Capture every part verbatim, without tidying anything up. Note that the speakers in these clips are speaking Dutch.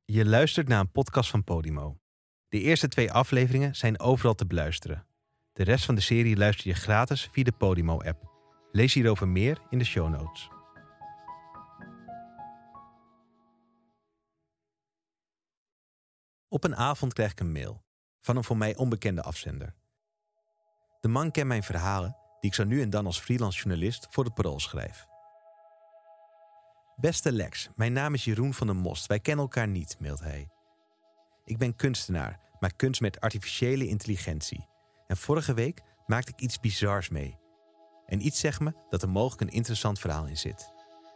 Je luistert naar een podcast van Podimo. De eerste twee afleveringen zijn overal te beluisteren. De rest van de serie luister je gratis via de Podimo-app. Lees hierover meer in de show notes. Op een avond krijg ik een mail van een voor mij onbekende afzender. De man kent mijn verhalen die ik zo nu en dan als freelance journalist voor het Parool schrijf. Beste Lex, mijn naam is Jeroen van der Most. Wij kennen elkaar niet, mailt hij. Ik ben kunstenaar, maak kunst met artificiële intelligentie. En vorige week maakte ik iets bizars mee. En iets zegt me dat er mogelijk een interessant verhaal in zit.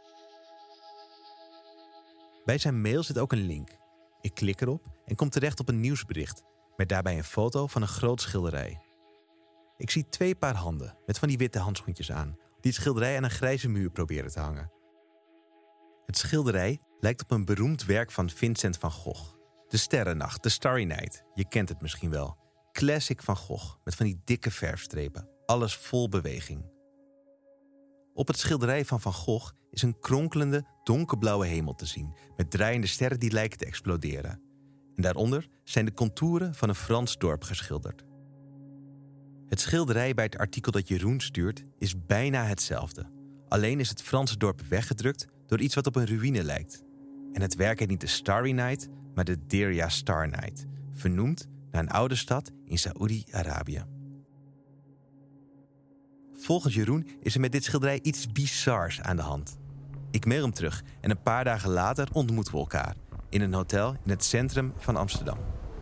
Bij zijn mail zit ook een link. Ik klik erop en kom terecht op een nieuwsbericht, met daarbij een foto van een groot schilderij. Ik zie twee paar handen met van die witte handschoentjes aan, die het schilderij aan een grijze muur proberen te hangen. Het schilderij lijkt op een beroemd werk van Vincent van Gogh. De Sterrennacht, de Starry Night, je kent het misschien wel. Classic van Gogh, met van die dikke verfstrepen. Alles vol beweging. Op het schilderij van Van Gogh is een kronkelende, donkerblauwe hemel te zien, met draaiende sterren die lijken te exploderen. En daaronder zijn de contouren van een Frans dorp geschilderd. Het schilderij bij het artikel dat Jeroen stuurt is bijna hetzelfde. Alleen is het Franse dorp weggedrukt door iets wat op een ruïne lijkt. En het werk heet niet de Starry Night, maar de Diriyah Star Night, vernoemd naar een oude stad in Saoedi-Arabië. Volgens Jeroen is er met dit schilderij iets bizars aan de hand. Ik mail hem terug en een paar dagen later ontmoeten we elkaar in een hotel in het centrum van Amsterdam.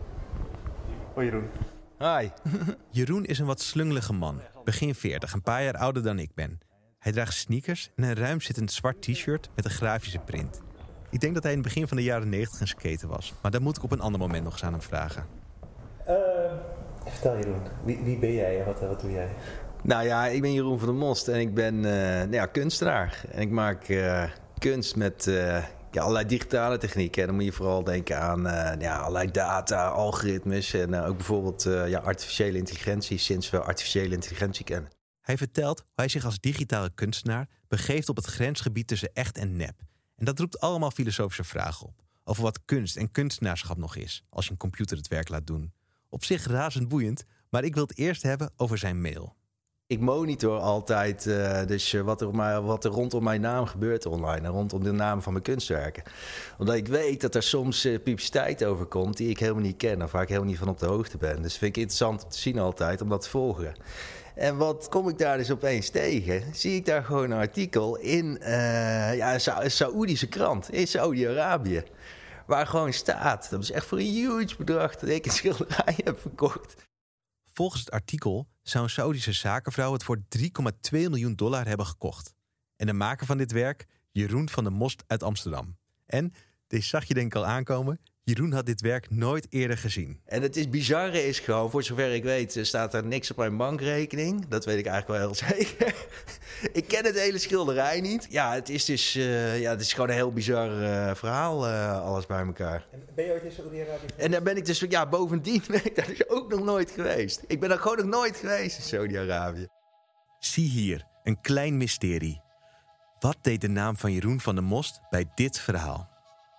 Hoi Jeroen. Hi. Jeroen is een wat slungelige man, begin veertig, een paar jaar ouder dan ik ben. Hij draagt sneakers en een ruim zittend zwart t-shirt met een grafische print. Ik denk dat hij in het begin van de jaren negentig een skater was, maar daar moet ik op een ander moment nog eens aan hem vragen. Uh, vertel Jeroen, wie, wie ben jij en wat, wat doe jij? Nou ja, ik ben Jeroen van der Most en ik ben uh, nou ja, kunstenaar. En ik maak uh, kunst met uh, ja, allerlei digitale technieken. En dan moet je vooral denken aan uh, ja, allerlei data, algoritmes en uh, ook bijvoorbeeld uh, ja, artificiële intelligentie, sinds we artificiële intelligentie kennen. Hij vertelt hoe hij zich als digitale kunstenaar begeeft op het grensgebied tussen echt en nep. En dat roept allemaal filosofische vragen op. Over wat kunst en kunstenaarschap nog is, als je een computer het werk laat doen. Op zich razend boeiend, maar ik wil het eerst hebben over zijn mail. Ik monitor altijd uh, dus wat er, op mij, wat er rondom mijn naam gebeurt online en rondom de naam van mijn kunstwerken. Omdat ik weet dat er soms uh, publiciteit over komt die ik helemaal niet ken of waar ik helemaal niet van op de hoogte ben. Dus vind ik interessant om te zien altijd, om dat te volgen. En wat kom ik daar dus opeens tegen? Zie ik daar gewoon een artikel in uh, ja, een Sa- Saoedische krant in Saudi-Arabië. Waar gewoon staat, dat is echt voor een huge bedrag dat ik een schilderij heb verkocht. Volgens het artikel zou een Saoedische zakenvrouw het voor drie komma twee miljoen dollar hebben gekocht. En de maker van dit werk, Jeroen van der Most uit Amsterdam. En, deze zag je denk ik al aankomen, Jeroen had dit werk nooit eerder gezien. En het is bizarre is gewoon, voor zover ik weet, staat er niks op mijn bankrekening. Dat weet ik eigenlijk wel heel zeker. Ik ken het hele schilderij niet. Ja, het is dus uh, ja, het is gewoon een heel bizar uh, verhaal, uh, alles bij elkaar. En ben je ooit in Saudi-Arabië geweest? En daar ben ik dus, ja, bovendien ben ik daar dus ook nog nooit geweest. Ik ben daar gewoon nog nooit geweest in Saudi-Arabië. Zie hier, een klein mysterie. Wat deed de naam van Jeroen van der Most bij dit verhaal?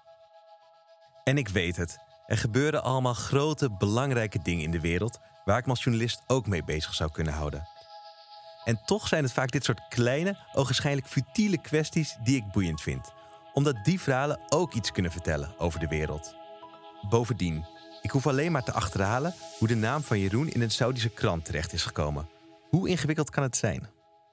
En ik weet het. Er gebeuren allemaal grote, belangrijke dingen in de wereld waar ik me als journalist ook mee bezig zou kunnen houden. En toch zijn het vaak dit soort kleine, ogenschijnlijk futiele kwesties die ik boeiend vind. Omdat die verhalen ook iets kunnen vertellen over de wereld. Bovendien, ik hoef alleen maar te achterhalen hoe de naam van Jeroen in een Saoedische krant terecht is gekomen. Hoe ingewikkeld kan het zijn?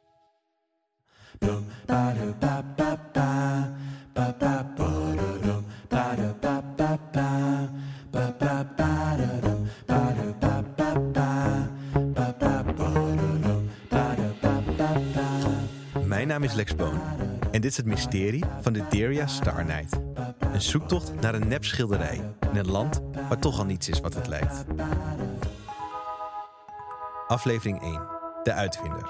Mijn naam is Lex Boon en dit is het mysterie van de Diriyah Star Night. Een zoektocht naar een nep schilderij in een land waar toch al niets is wat het lijkt. Aflevering één. De uitvinder.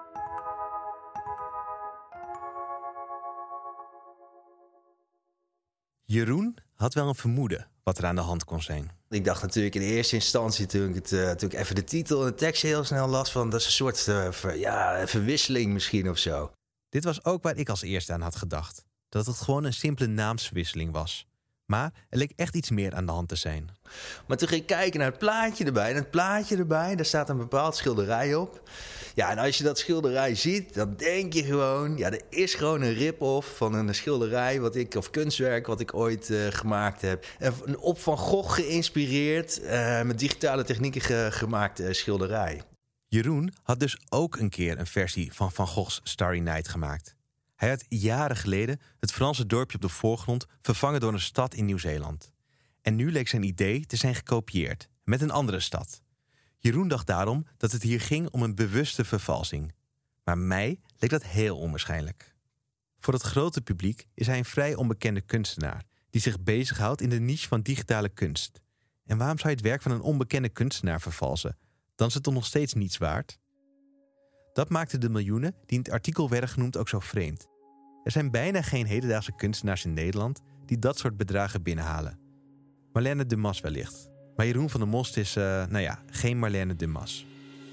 Jeroen had wel een vermoeden wat er aan de hand kon zijn. Ik dacht natuurlijk in eerste instantie, toen ik, het, uh, toen ik even de titel en de tekst heel snel las, van dat is een soort uh, ver, ja, verwisseling misschien of zo. Dit was ook waar ik als eerste aan had gedacht. Dat het gewoon een simpele naamsverwisseling was. Maar er leek echt iets meer aan de hand te zijn. Maar toen ging ik kijken naar het plaatje erbij. En het plaatje erbij, daar staat een bepaald schilderij op. Ja, en als je dat schilderij ziet, dan denk je gewoon... ja, er is gewoon een rip-off van een schilderij wat ik, of kunstwerk wat ik ooit uh, gemaakt heb. En op Van Gogh geïnspireerd, uh, met digitale technieken ge- gemaakt uh, schilderij. Jeroen had dus ook een keer een versie van Van Gogh's Starry Night gemaakt. Hij had jaren geleden het Franse dorpje op de voorgrond vervangen door een stad in Nieuw-Zeeland. En nu leek zijn idee te zijn gekopieerd, met een andere stad. Jeroen dacht daarom dat het hier ging om een bewuste vervalsing. Maar mij leek dat heel onwaarschijnlijk. Voor het grote publiek is hij een vrij onbekende kunstenaar die zich bezighoudt in de niche van digitale kunst. En waarom zou je het werk van een onbekende kunstenaar vervalsen? Dan is het toch nog steeds niets waard? Dat maakte de miljoenen die in het artikel werden genoemd ook zo vreemd. Er zijn bijna geen hedendaagse kunstenaars in Nederland die dat soort bedragen binnenhalen. Marlene Dumas wellicht. Maar Jeroen van der Most is, uh, nou ja, geen Marlene Dumas.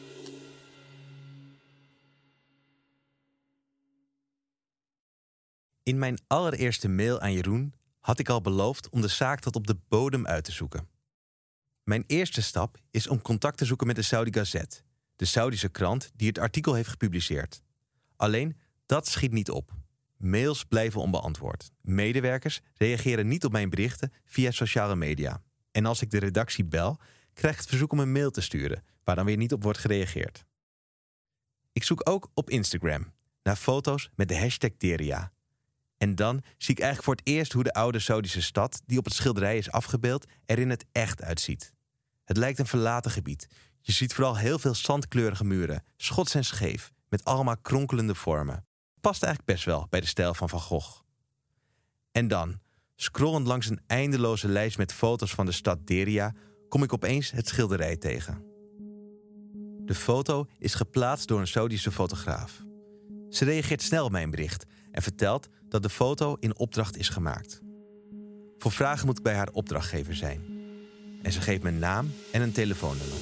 In mijn allereerste mail aan Jeroen had ik al beloofd om de zaak tot op de bodem uit te zoeken. Mijn eerste stap is om contact te zoeken met de Saudi Gazette, de Saudische krant die het artikel heeft gepubliceerd. Alleen, dat schiet niet op. Mails blijven onbeantwoord. Medewerkers reageren niet op mijn berichten via sociale media. En als ik de redactie bel, krijg ik het verzoek om een mail te sturen, waar dan weer niet op wordt gereageerd. Ik zoek ook op Instagram naar foto's met de hashtag Deria. En dan zie ik eigenlijk voor het eerst hoe de oude Saudische stad, die op het schilderij is afgebeeld, er in het echt uitziet. Het lijkt een verlaten gebied. Je ziet vooral heel veel zandkleurige muren, schots en scheef, met allemaal kronkelende vormen. Past eigenlijk best wel bij de stijl van Van Gogh. En dan, scrollend langs een eindeloze lijst met foto's van de stad Deria, kom ik opeens het schilderij tegen. De foto is geplaatst door een Saudische fotograaf. Ze reageert snel op mijn bericht en vertelt dat de foto in opdracht is gemaakt. Voor vragen moet ik bij haar opdrachtgever zijn. En ze geeft me een naam en een telefoonnummer.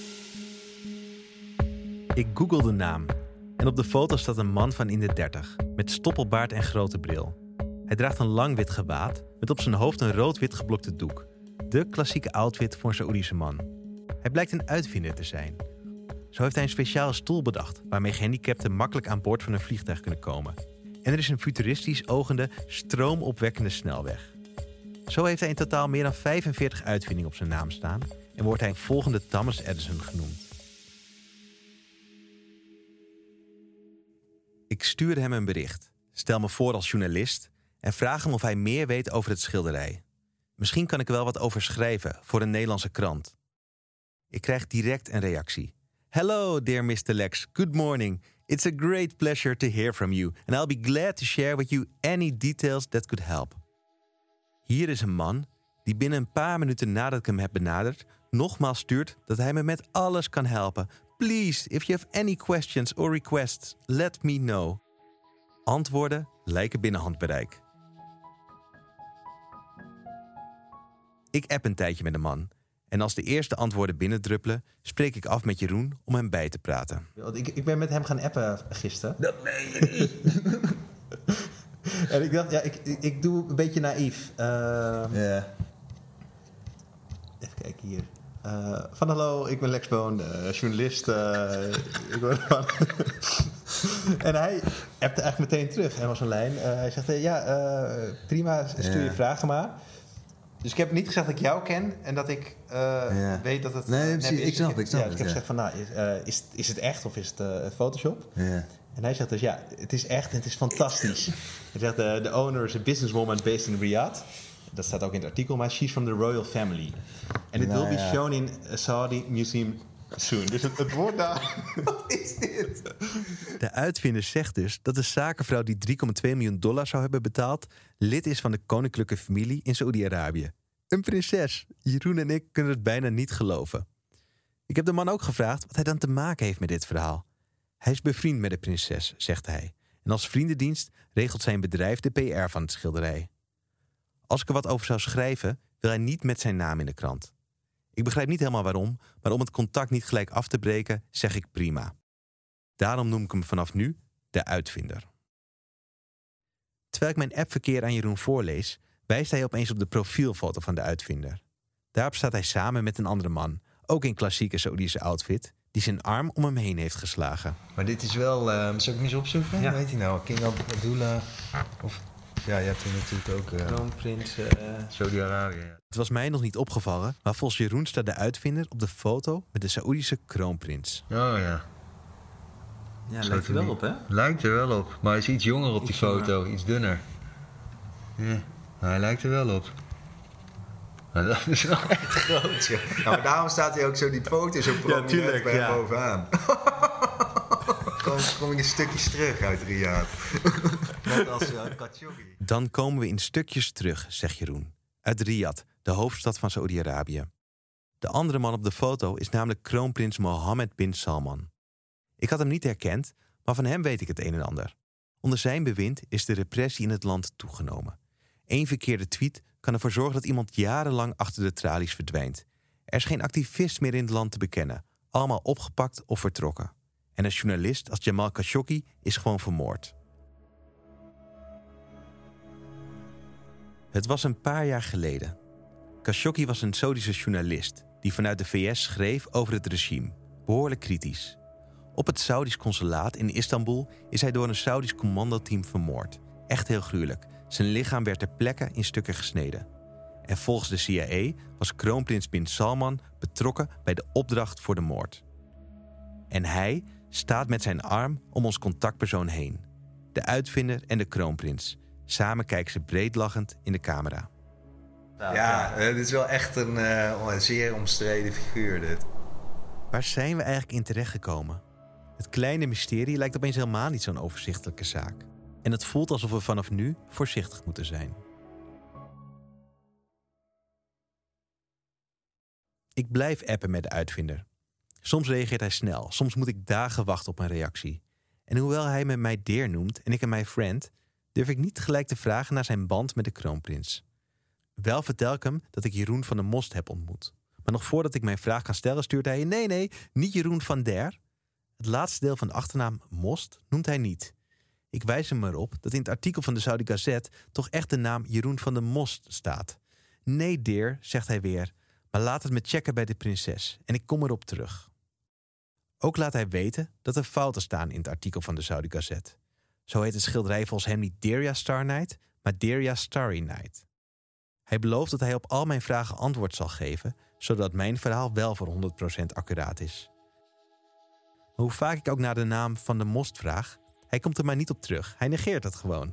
Ik google de naam en op de foto staat een man van in de dertig met stoppelbaard en grote bril. Hij draagt een lang wit gewaad met op zijn hoofd een rood-wit geblokte doek. De klassieke outfit voor een Saoedische man. Hij blijkt een uitvinder te zijn. Zo heeft hij een speciale stoel bedacht waarmee gehandicapten makkelijk aan boord van een vliegtuig kunnen komen. En er is een futuristisch ogende, stroomopwekkende snelweg. Zo heeft hij in totaal meer dan vijfenveertig uitvindingen op zijn naam staan en wordt hij volgende Thomas Edison genoemd. Ik stuurde hem een bericht, stel me voor als journalist en vraag hem of hij meer weet over het schilderij. Misschien kan ik er wel wat over schrijven voor een Nederlandse krant. Ik krijg direct een reactie. Hello, dear mister Lex. Good morning. It's a great pleasure to hear from you and I'll be glad to share with you any details that could help. Hier is een man die binnen een paar minuten nadat ik hem heb benaderd nogmaals stuurt dat hij me met alles kan helpen. Please, if you have any questions or requests, let me know. Antwoorden lijken binnen handbereik. Ik app een tijdje met de man. En als de eerste antwoorden binnendruppelen, spreek ik af met Jeroen om hem bij te praten. Ik, ik ben met hem gaan appen gisteren. Dat meen je niet. En ik dacht, ja, ik, ik, ik doe een beetje naïef. Uh, Yeah. Even kijken hier. Uh, van hallo, ik ben Lex Boon, uh, journalist. Uh, ik word van... En hij appte eigenlijk meteen terug. Hij was online. Uh, hij zegt, uh, ja, uh, prima, stuur je Yeah. vragen maar. Dus ik heb niet gezegd dat ik jou ken en dat ik uh, Ja. weet dat het... Nee, nep precies, is. ik snap, ik snap ja, dus het, ik heb ja. gezegd van, nou, is, uh, is, is het echt of is het uh, Photoshop? Ja. En hij zegt dus, ja, het is echt en het is fantastisch. Hij zegt, uh, the owner is a businesswoman based in Riyadh. Dat staat ook in het artikel, maar she's from the royal family. And it Nou, will be ja. shown in a Saudi museum soon. Dus het, het wordt daar... Wat is dit? De uitvinder zegt dus dat de zakenvrouw die drie komma twee miljoen dollar zou hebben betaald lid is van de koninklijke familie in Saoedi-Arabië. Een prinses. Jeroen en ik kunnen het bijna niet geloven. Ik heb de man ook gevraagd wat hij dan te maken heeft met dit verhaal. Hij is bevriend met de prinses, zegt hij. En als vriendendienst regelt zijn bedrijf de P R van het schilderij. Als ik er wat over zou schrijven, wil hij niet met zijn naam in de krant. Ik begrijp niet helemaal waarom, maar om het contact niet gelijk af te breken, zeg ik prima. Daarom noem ik hem vanaf nu de uitvinder. Terwijl ik mijn appverkeer aan Jeroen voorlees, wijst hij opeens op de profielfoto van de uitvinder. Daarop staat hij samen met een andere man, ook in klassieke Saoedische outfit, die zijn arm om hem heen heeft geslagen. Maar dit is wel, uh, zal ik hem eens opzoeken? Ja. Weet hij nou, King Abdullah of... Ja, je hebt hier natuurlijk ook uh, Kroonprins. Uh... Saudi-Arabië. Ja. Het was mij nog niet opgevallen, maar volgens Jeroen staat de uitvinder op de foto met de Saoedische kroonprins. Oh ja. Ja, lijkt er wel op, hè? Lijkt er wel op, maar hij is iets jonger op die Iets foto, jonger. iets dunner. Ja, maar hij lijkt er wel op. Maar dat is wel echt groot, joh. Nou, maar daarom staat hij ook zo, die foto zo prominent tuurlijk, bij hem ja. bovenaan. Kom, kom ik in stukjes terug uit Riyadh. Net als uh, Khashoggi. Dan komen we in stukjes terug, zegt Jeroen. Uit Riyadh, de hoofdstad van Saoedi-Arabië. De andere man op de foto is namelijk kroonprins Mohammed bin Salman. Ik had hem niet herkend, maar van hem weet ik het een en ander. Onder zijn bewind is de repressie in het land toegenomen. Eén verkeerde tweet kan ervoor zorgen dat iemand jarenlang achter de tralies verdwijnt. Er is geen activist meer in het land te bekennen. Allemaal opgepakt of vertrokken. En een journalist als Jamal Khashoggi is gewoon vermoord. Het was een paar jaar geleden. Khashoggi was een Saoedische journalist die vanuit de V S schreef over het regime. Behoorlijk kritisch. Op het Saoedisch consulaat in Istanbul is hij door een Saoedisch commandoteam vermoord. Echt heel gruwelijk. Zijn lichaam werd ter plekke in stukken gesneden. En volgens de C I A was kroonprins bin Salman betrokken bij de opdracht voor de moord. En hij staat met zijn arm om ons contactpersoon heen. De uitvinder en de kroonprins. Samen kijken ze breedlachend in de camera. Ja, uh, dit is wel echt een, uh, een zeer omstreden figuur, dit. Waar zijn we eigenlijk in terechtgekomen? Het kleine mysterie lijkt opeens helemaal niet zo'n overzichtelijke zaak. En het voelt alsof we vanaf nu voorzichtig moeten zijn. Ik blijf appen met de uitvinder. Soms reageert hij snel, soms moet ik dagen wachten op een reactie. En hoewel hij me mij dear noemt en ik hem mijn friend, durf ik niet tegelijk te vragen naar zijn band met de kroonprins. Wel vertel ik hem dat ik Jeroen van der Most heb ontmoet. Maar nog voordat ik mijn vraag kan stellen, stuurt hij: nee, nee, niet Jeroen van der. Het laatste deel van de achternaam Most noemt hij niet. Ik wijs hem erop dat in het artikel van de Saudi Gazette toch echt de naam Jeroen van der Most staat. Nee, dear, zegt hij weer, maar laat het me checken bij de prinses en ik kom erop terug. Ook laat hij weten dat er fouten staan in het artikel van de Saudi Gazette. Zo heet het schilderij volgens hem niet Deria Star Night, maar Deria Starry Night. Hij belooft dat hij op al mijn vragen antwoord zal geven, zodat mijn verhaal wel voor honderd procent accuraat is. Maar hoe vaak ik ook naar de naam van de Most vraag, hij komt er maar niet op terug. Hij negeert het gewoon.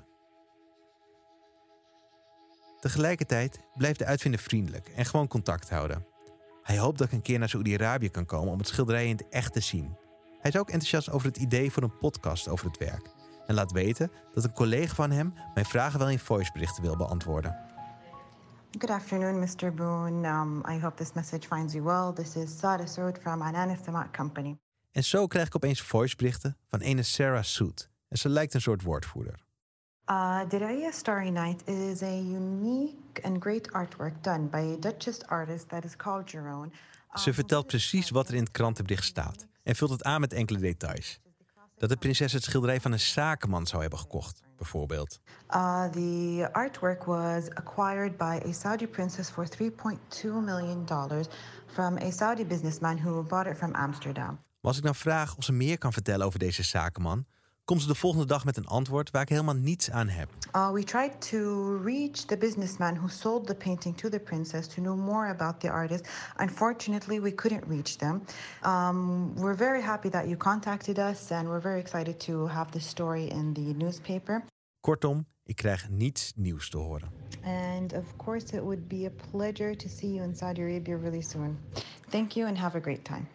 Tegelijkertijd blijft de uitvinder vriendelijk en gewoon contact houden. Hij hoopt dat ik een keer naar Saoedi-Arabië kan komen om het schilderij in het echt te zien. Hij is ook enthousiast over het idee voor een podcast over het werk. En laat weten dat een collega van hem mijn vragen wel in voiceberichten wil beantwoorden. Good afternoon, mister Boone. Um, I hope this message finds you well. This is Sada Sood from Ananas Samat Company. En zo krijg ik opeens voiceberichten van ene Sarah Sood. En ze lijkt een soort woordvoerder. Uh, Deria Starry Night is a unique and great artwork done by a Dutchist artist that is called Jeroen. Ze vertelt precies wat er in het krantenbericht staat en vult het aan met enkele details. Dat de prinses het schilderij van een zakenman zou hebben gekocht, bijvoorbeeld. Uh, the artwork was acquired by a Saudi princess for three point two million dollars from a Saudi businessman who bought it from Amsterdam. Maar als ik dan vraag of ze meer kan vertellen over deze zakenman, komt ze de volgende dag met een antwoord waar ik helemaal niets aan heb. Uh, we tried to reach the businessman who sold the painting to the princess to know more about the artist. Unfortunately, we couldn't reach them. Um, we're very happy that you contacted us and we're very excited to have the story in the newspaper. Kortom, ik krijg niets nieuws te horen. And of course, it would be a pleasure to see you in Saudi Arabia really soon. Thank you and have a great time.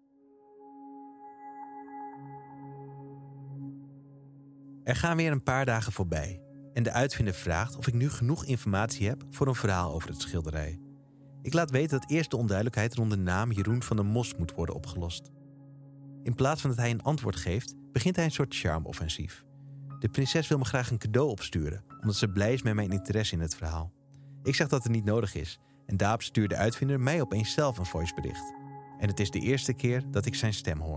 Er gaan weer een paar dagen voorbij en de uitvinder vraagt of ik nu genoeg informatie heb voor een verhaal over het schilderij. Ik laat weten dat eerst de onduidelijkheid rond de naam Jeroen van der Most moet worden opgelost. In plaats van dat hij een antwoord geeft, begint hij een soort charme-offensief. De prinses wil me graag een cadeau opsturen, omdat ze blij is met mijn interesse in het verhaal. Ik zeg dat het niet nodig is en daarop stuurt de uitvinder mij opeens zelf een voicebericht. En het is de eerste keer dat ik zijn stem hoor.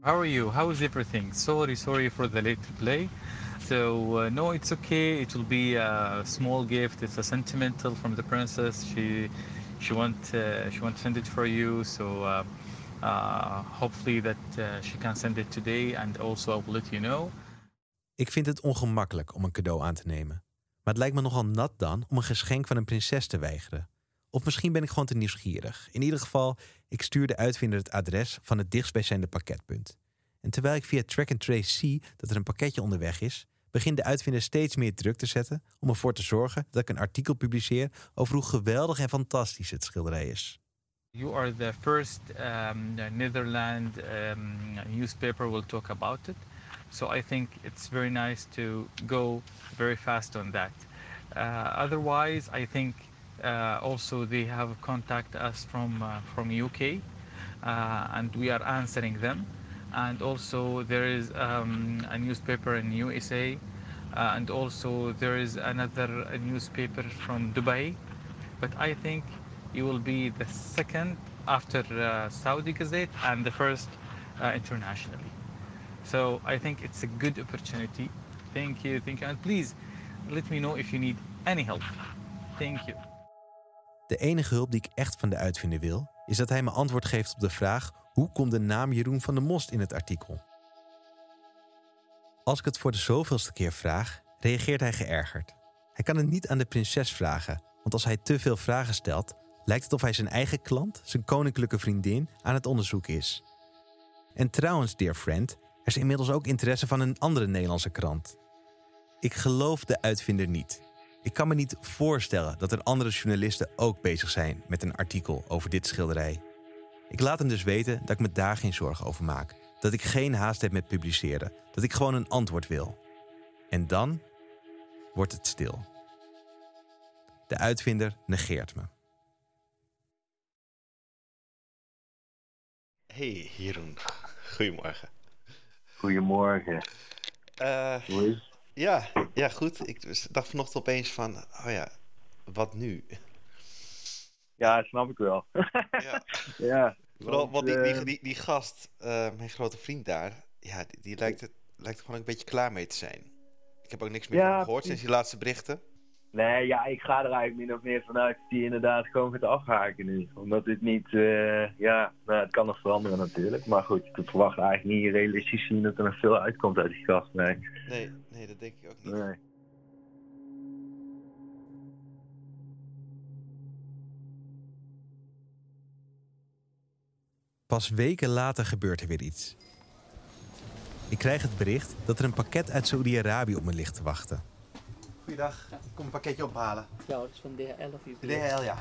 How are you? How is everything? Sorry, sorry for the late play. So uh, no, it's okay. It will be a small gift. It's a sentimental from the princess. She, she want, uh, she want to send it for you. So uh, uh, hopefully that uh, she can send it today, and also I will let you know. Ik vind het ongemakkelijk om een cadeau aan te nemen. Maar het lijkt me nogal nat dan om een geschenk van een prinses te weigeren. Of misschien ben ik gewoon te nieuwsgierig. In ieder geval, ik stuur de uitvinder het adres van het dichtstbijzijnde pakketpunt. En terwijl ik via track and trace zie dat er een pakketje onderweg is, begint de uitvinder steeds meer druk te zetten om ervoor te zorgen dat ik een artikel publiceer over hoe geweldig en fantastisch het schilderij is. You are the first um, Netherlands um, newspaper will talk about it. So I think it's very nice to go very fast on that. Uh, otherwise, I think uh, also they have contacted us from uh, from U K, uh, and we are answering them. And also there is um, a newspaper in U S A, uh, and also there is another a newspaper from Dubai. But I think you will be the second after uh, Saudi Gazette and the first uh, internationally. So I think it's a good opportunity. Thank you, thank you. And please let me know if you need any help. Thank you. De enige hulp die ik echt van de uitvinder wil, is dat hij me antwoord geeft op de vraag: hoe komt de naam Jeroen van der Most in het artikel? Als ik het voor de zoveelste keer vraag, reageert hij geërgerd. Hij kan het niet aan de prinses vragen, want als hij te veel vragen stelt, lijkt het of hij zijn eigen klant, zijn koninklijke vriendin, aan het onderzoeken is. En trouwens, dear friend, er is inmiddels ook interesse van een andere Nederlandse krant. Ik geloof de uitvinder niet. Ik kan me niet voorstellen dat er andere journalisten ook bezig zijn met een artikel over dit schilderij. Ik laat hem dus weten dat ik me daar geen zorgen over maak. Dat ik geen haast heb met publiceren. Dat ik gewoon een antwoord wil. En dan wordt het stil. De uitvinder negeert me. Hey Jeroen, goedemorgen. Goedemorgen. Uh, Hoe is? Ja, ja, goed. Ik dacht vanochtend opeens van, oh ja, wat nu? Ja, snap ik wel. Ja. Ja. Vooral, want die, uh, die, die, die gast, uh, mijn grote vriend daar, ja, die, die lijkt, het, lijkt er gewoon een beetje klaar mee te zijn. Ik heb ook niks meer ja, van hem gehoord sinds die laatste berichten. Nee, ja, ik ga er eigenlijk min of meer vanuit dat hij inderdaad gewoon gaat afhaken nu. Omdat dit niet, uh, ja, nou, het kan nog veranderen natuurlijk. Maar goed, ik verwacht eigenlijk niet realistisch zien dat er nog veel uitkomt uit die gast, nee. Nee, nee, dat denk ik ook niet. Nee. Pas weken later gebeurt er weer iets. Ik krijg het bericht dat er een pakket uit Saoedi-Arabië op me ligt te wachten. Goeiedag, ik kom een pakketje ophalen. Ja, dat is van D H L of U P S? De D H L, ja.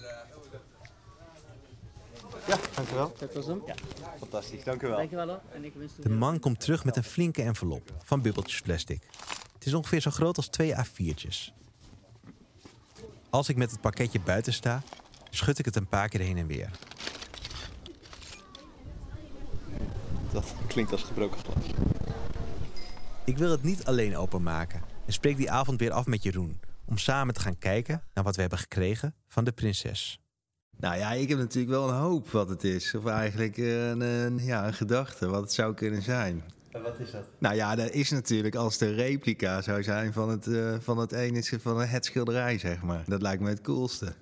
Ja, dank u wel. Dat was hem? Ja. Fantastisch, dank u wel. Dank je wel hoor. En ik wens De man komt terug met een flinke envelop van bubbeltjes plastic. Het is ongeveer zo groot als twee A viertjes. Als ik met het pakketje buiten sta, schud ik het een paar keer heen en weer. Dat klinkt als gebroken glas. Ik wil het niet alleen openmaken en spreek die avond weer af met Jeroen om samen te gaan kijken naar wat we hebben gekregen van de prinses. Nou ja, ik heb natuurlijk wel een hoop wat het is. Of eigenlijk een, een, ja, een gedachte wat het zou kunnen zijn. En wat is dat? Nou ja, dat is natuurlijk als het een replica zou zijn van het, uh, van het ene van het schilderij, zeg maar. Dat lijkt me het coolste. Dat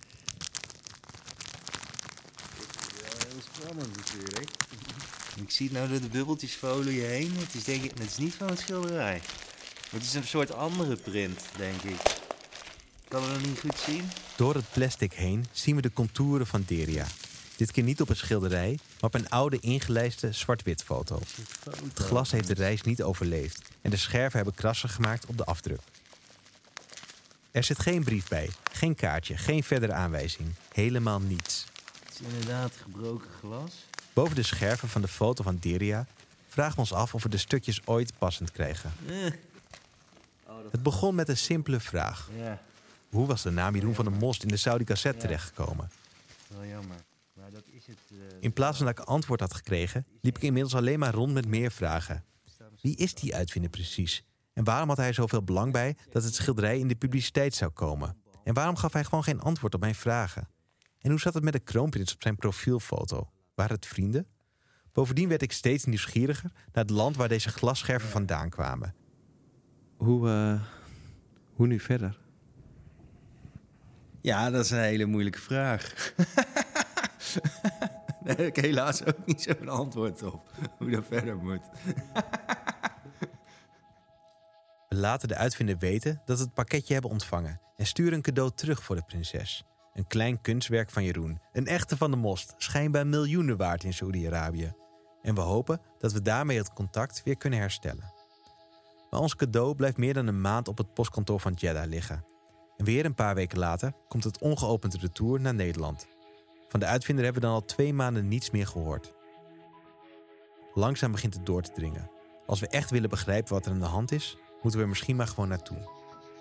is heel spannend natuurlijk. Ik zie nou door de bubbeltjes folie heen. Het is, denk ik, het is niet van het schilderij. Het is een soort andere print, denk ik. Kan we dat niet goed zien? Door het plastic heen zien we de contouren van Deria. Dit keer niet op een schilderij, maar op een oude ingelijste zwart-wit foto. Het glas heeft de reis niet overleefd en de scherven hebben krassen gemaakt op de afdruk. Er zit geen brief bij, geen kaartje, geen verdere aanwijzing. Helemaal niets. Het is inderdaad gebroken glas. Boven de scherven van de foto van Deria vragen we ons af of we de stukjes ooit passend krijgen. Eh. Het begon met een simpele vraag. Ja, Hoe was de naam Jeroen van der Most in de Saudi Gazette Ja. terechtgekomen? wel jammer. Maar dat is het. Uh, In plaats van dat ik antwoord had gekregen, liep ik inmiddels alleen maar rond met meer vragen. Wie is die uitvinder precies? En waarom had hij er zoveel belang bij dat het schilderij in de publiciteit zou komen? En waarom gaf hij gewoon geen antwoord op mijn vragen? En hoe zat het met de kroonprins op zijn profielfoto? Waren het vrienden? Bovendien werd ik steeds nieuwsgieriger naar het land waar deze glasscherven vandaan kwamen. Hoe, uh, hoe nu verder? Ja, dat is een hele moeilijke vraag. Daar heb ik helaas ook niet zo'n antwoord op. Hoe dat verder moet. We laten de uitvinder weten dat we het pakketje hebben ontvangen en sturen een cadeau terug voor de prinses. Een klein kunstwerk van Jeroen, een echte van de Most, schijnbaar miljoenen waard in Saoedi-Arabië. En we hopen dat we daarmee het contact weer kunnen herstellen. Maar ons cadeau blijft meer dan een maand op het postkantoor van Jeddah liggen. En weer een paar weken later komt het ongeopend retour naar Nederland. Van de uitvinder hebben we dan al twee maanden niets meer gehoord. Langzaam begint het door te dringen. Als we echt willen begrijpen wat er aan de hand is, moeten we er misschien maar gewoon naartoe.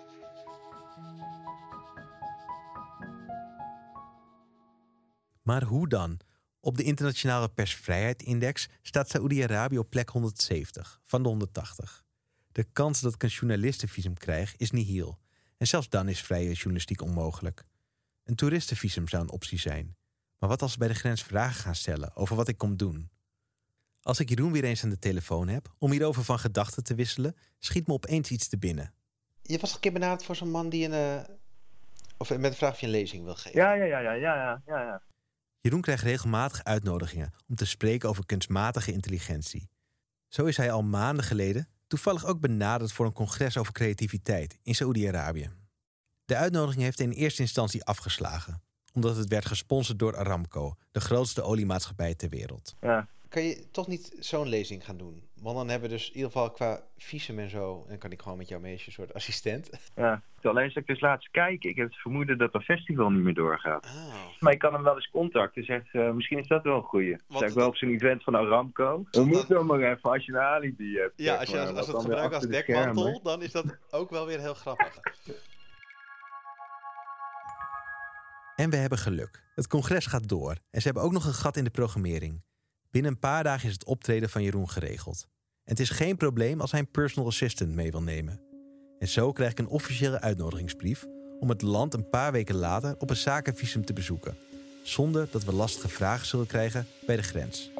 Maar hoe dan? Op de internationale persvrijheidsindex staat Saoedi-Arabië op plek honderdzeventig van de honderdtachtig. De kans dat ik een journalistenvisum krijg is nihil. En zelfs dan is vrije journalistiek onmogelijk. Een toeristenvisum zou een optie zijn. Maar wat als ze bij de grens vragen gaan stellen over wat ik kom doen? Als ik Jeroen weer eens aan de telefoon heb om hierover van gedachten te wisselen, schiet me opeens iets te binnen. Je was een keer benaderd voor zo'n man die een... Uh, of met de vraag of je een lezing wil geven. Ja, ja, ja, ja, ja, ja, ja. Jeroen krijgt regelmatig uitnodigingen om te spreken over kunstmatige intelligentie. Zo is hij al maanden geleden toevallig ook benaderd voor een congres over creativiteit in Saoedi-Arabië. De uitnodiging heeft hij in eerste instantie afgeslagen, omdat het werd gesponsord door Aramco, de grootste oliemaatschappij ter wereld. Ja. Kan je toch niet zo'n lezing gaan doen? Want dan hebben we dus in ieder geval qua visum en zo... en kan ik gewoon met jou mee als een soort assistent. Ja, alleen zal ik dus laten kijken. Ik heb het vermoeden dat dat festival niet meer doorgaat. Oh. Maar ik kan hem wel eens contacten. Zegt, uh, misschien is dat wel een goeie. Zeg ik wel op zo'n event van Aramco. We moeten dan maar even, als je een alibi hebt. Ja, als je maar, als, als wat het dan weer gebruikt als achter de dekmantel... schermen. dan is dat ook wel weer heel grappig. En we hebben geluk. Het congres gaat door en ze hebben ook nog een gat in de programmering. Binnen een paar dagen is het optreden van Jeroen geregeld. En het is geen probleem als hij een personal assistant mee wil nemen. En zo krijg ik een officiële uitnodigingsbrief om het land een paar weken later op een zakenvisum te bezoeken. Zonder dat we lastige vragen zullen krijgen bij de grens.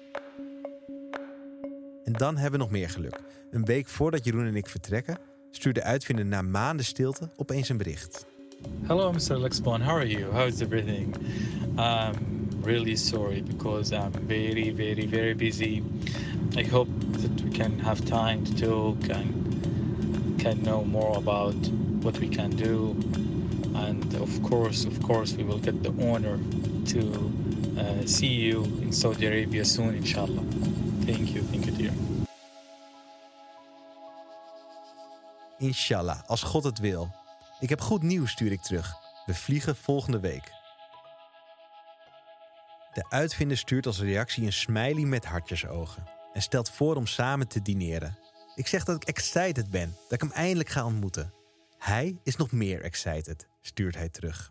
En dan hebben we nog meer geluk. Een week voordat Jeroen en ik vertrekken, stuurt de uitvinder na maanden stilte opeens een bericht. Hello, Mister Lexbone. How are you? How's everything? I'm really sorry because I'm very, very, very busy. I hope that we can have time to talk and can know more about what we can do. And of course, of course, we will get the honor to uh, see you in Saudi Arabia soon, inshallah. Thank you, thank you, dear. Inshallah, als God het wil. Ik heb goed nieuws, stuur ik terug. We vliegen volgende week. De uitvinder stuurt als reactie een smiley met hartjesogen en stelt voor om samen te dineren. Ik zeg dat ik excited ben, dat ik hem eindelijk ga ontmoeten. Hij is nog meer excited, stuurt hij terug.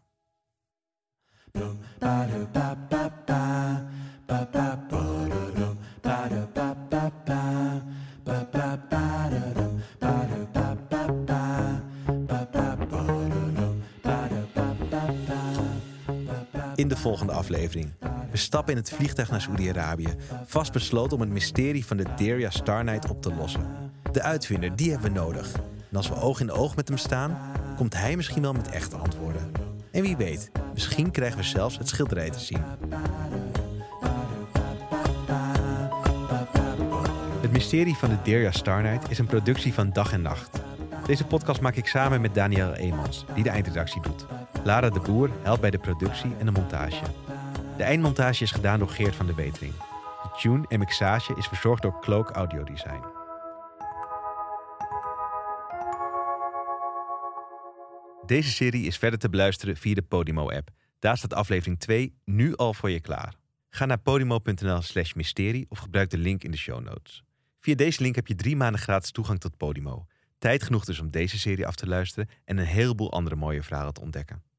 In de volgende aflevering. We stappen in het vliegtuig naar Saoedi-Arabië, vast besloten om het mysterie van de Diriyah Starnight op te lossen. De uitvinder, die hebben we nodig. En als we oog in oog met hem staan, komt hij misschien wel met echte antwoorden. En wie weet, misschien krijgen we zelfs het schilderij te zien. Het mysterie van de Diriyah Starnight is een productie van Dag en Nacht. Deze podcast maak ik samen met Daniel Eemans, die de eindredactie doet. Lara de Boer helpt bij de productie en de montage. De eindmontage is gedaan door Geert van de Wetering. De tune en mixage is verzorgd door Cloak Audio Design. Deze serie is verder te beluisteren via de Podimo-app. Daar staat aflevering twee nu al voor je klaar. Ga naar podimo.nl slash mysterie of gebruik de link in de show notes. Via deze link heb je drie maanden gratis toegang tot Podimo. Tijd genoeg dus om deze serie af te luisteren en een heleboel andere mooie verhalen te ontdekken.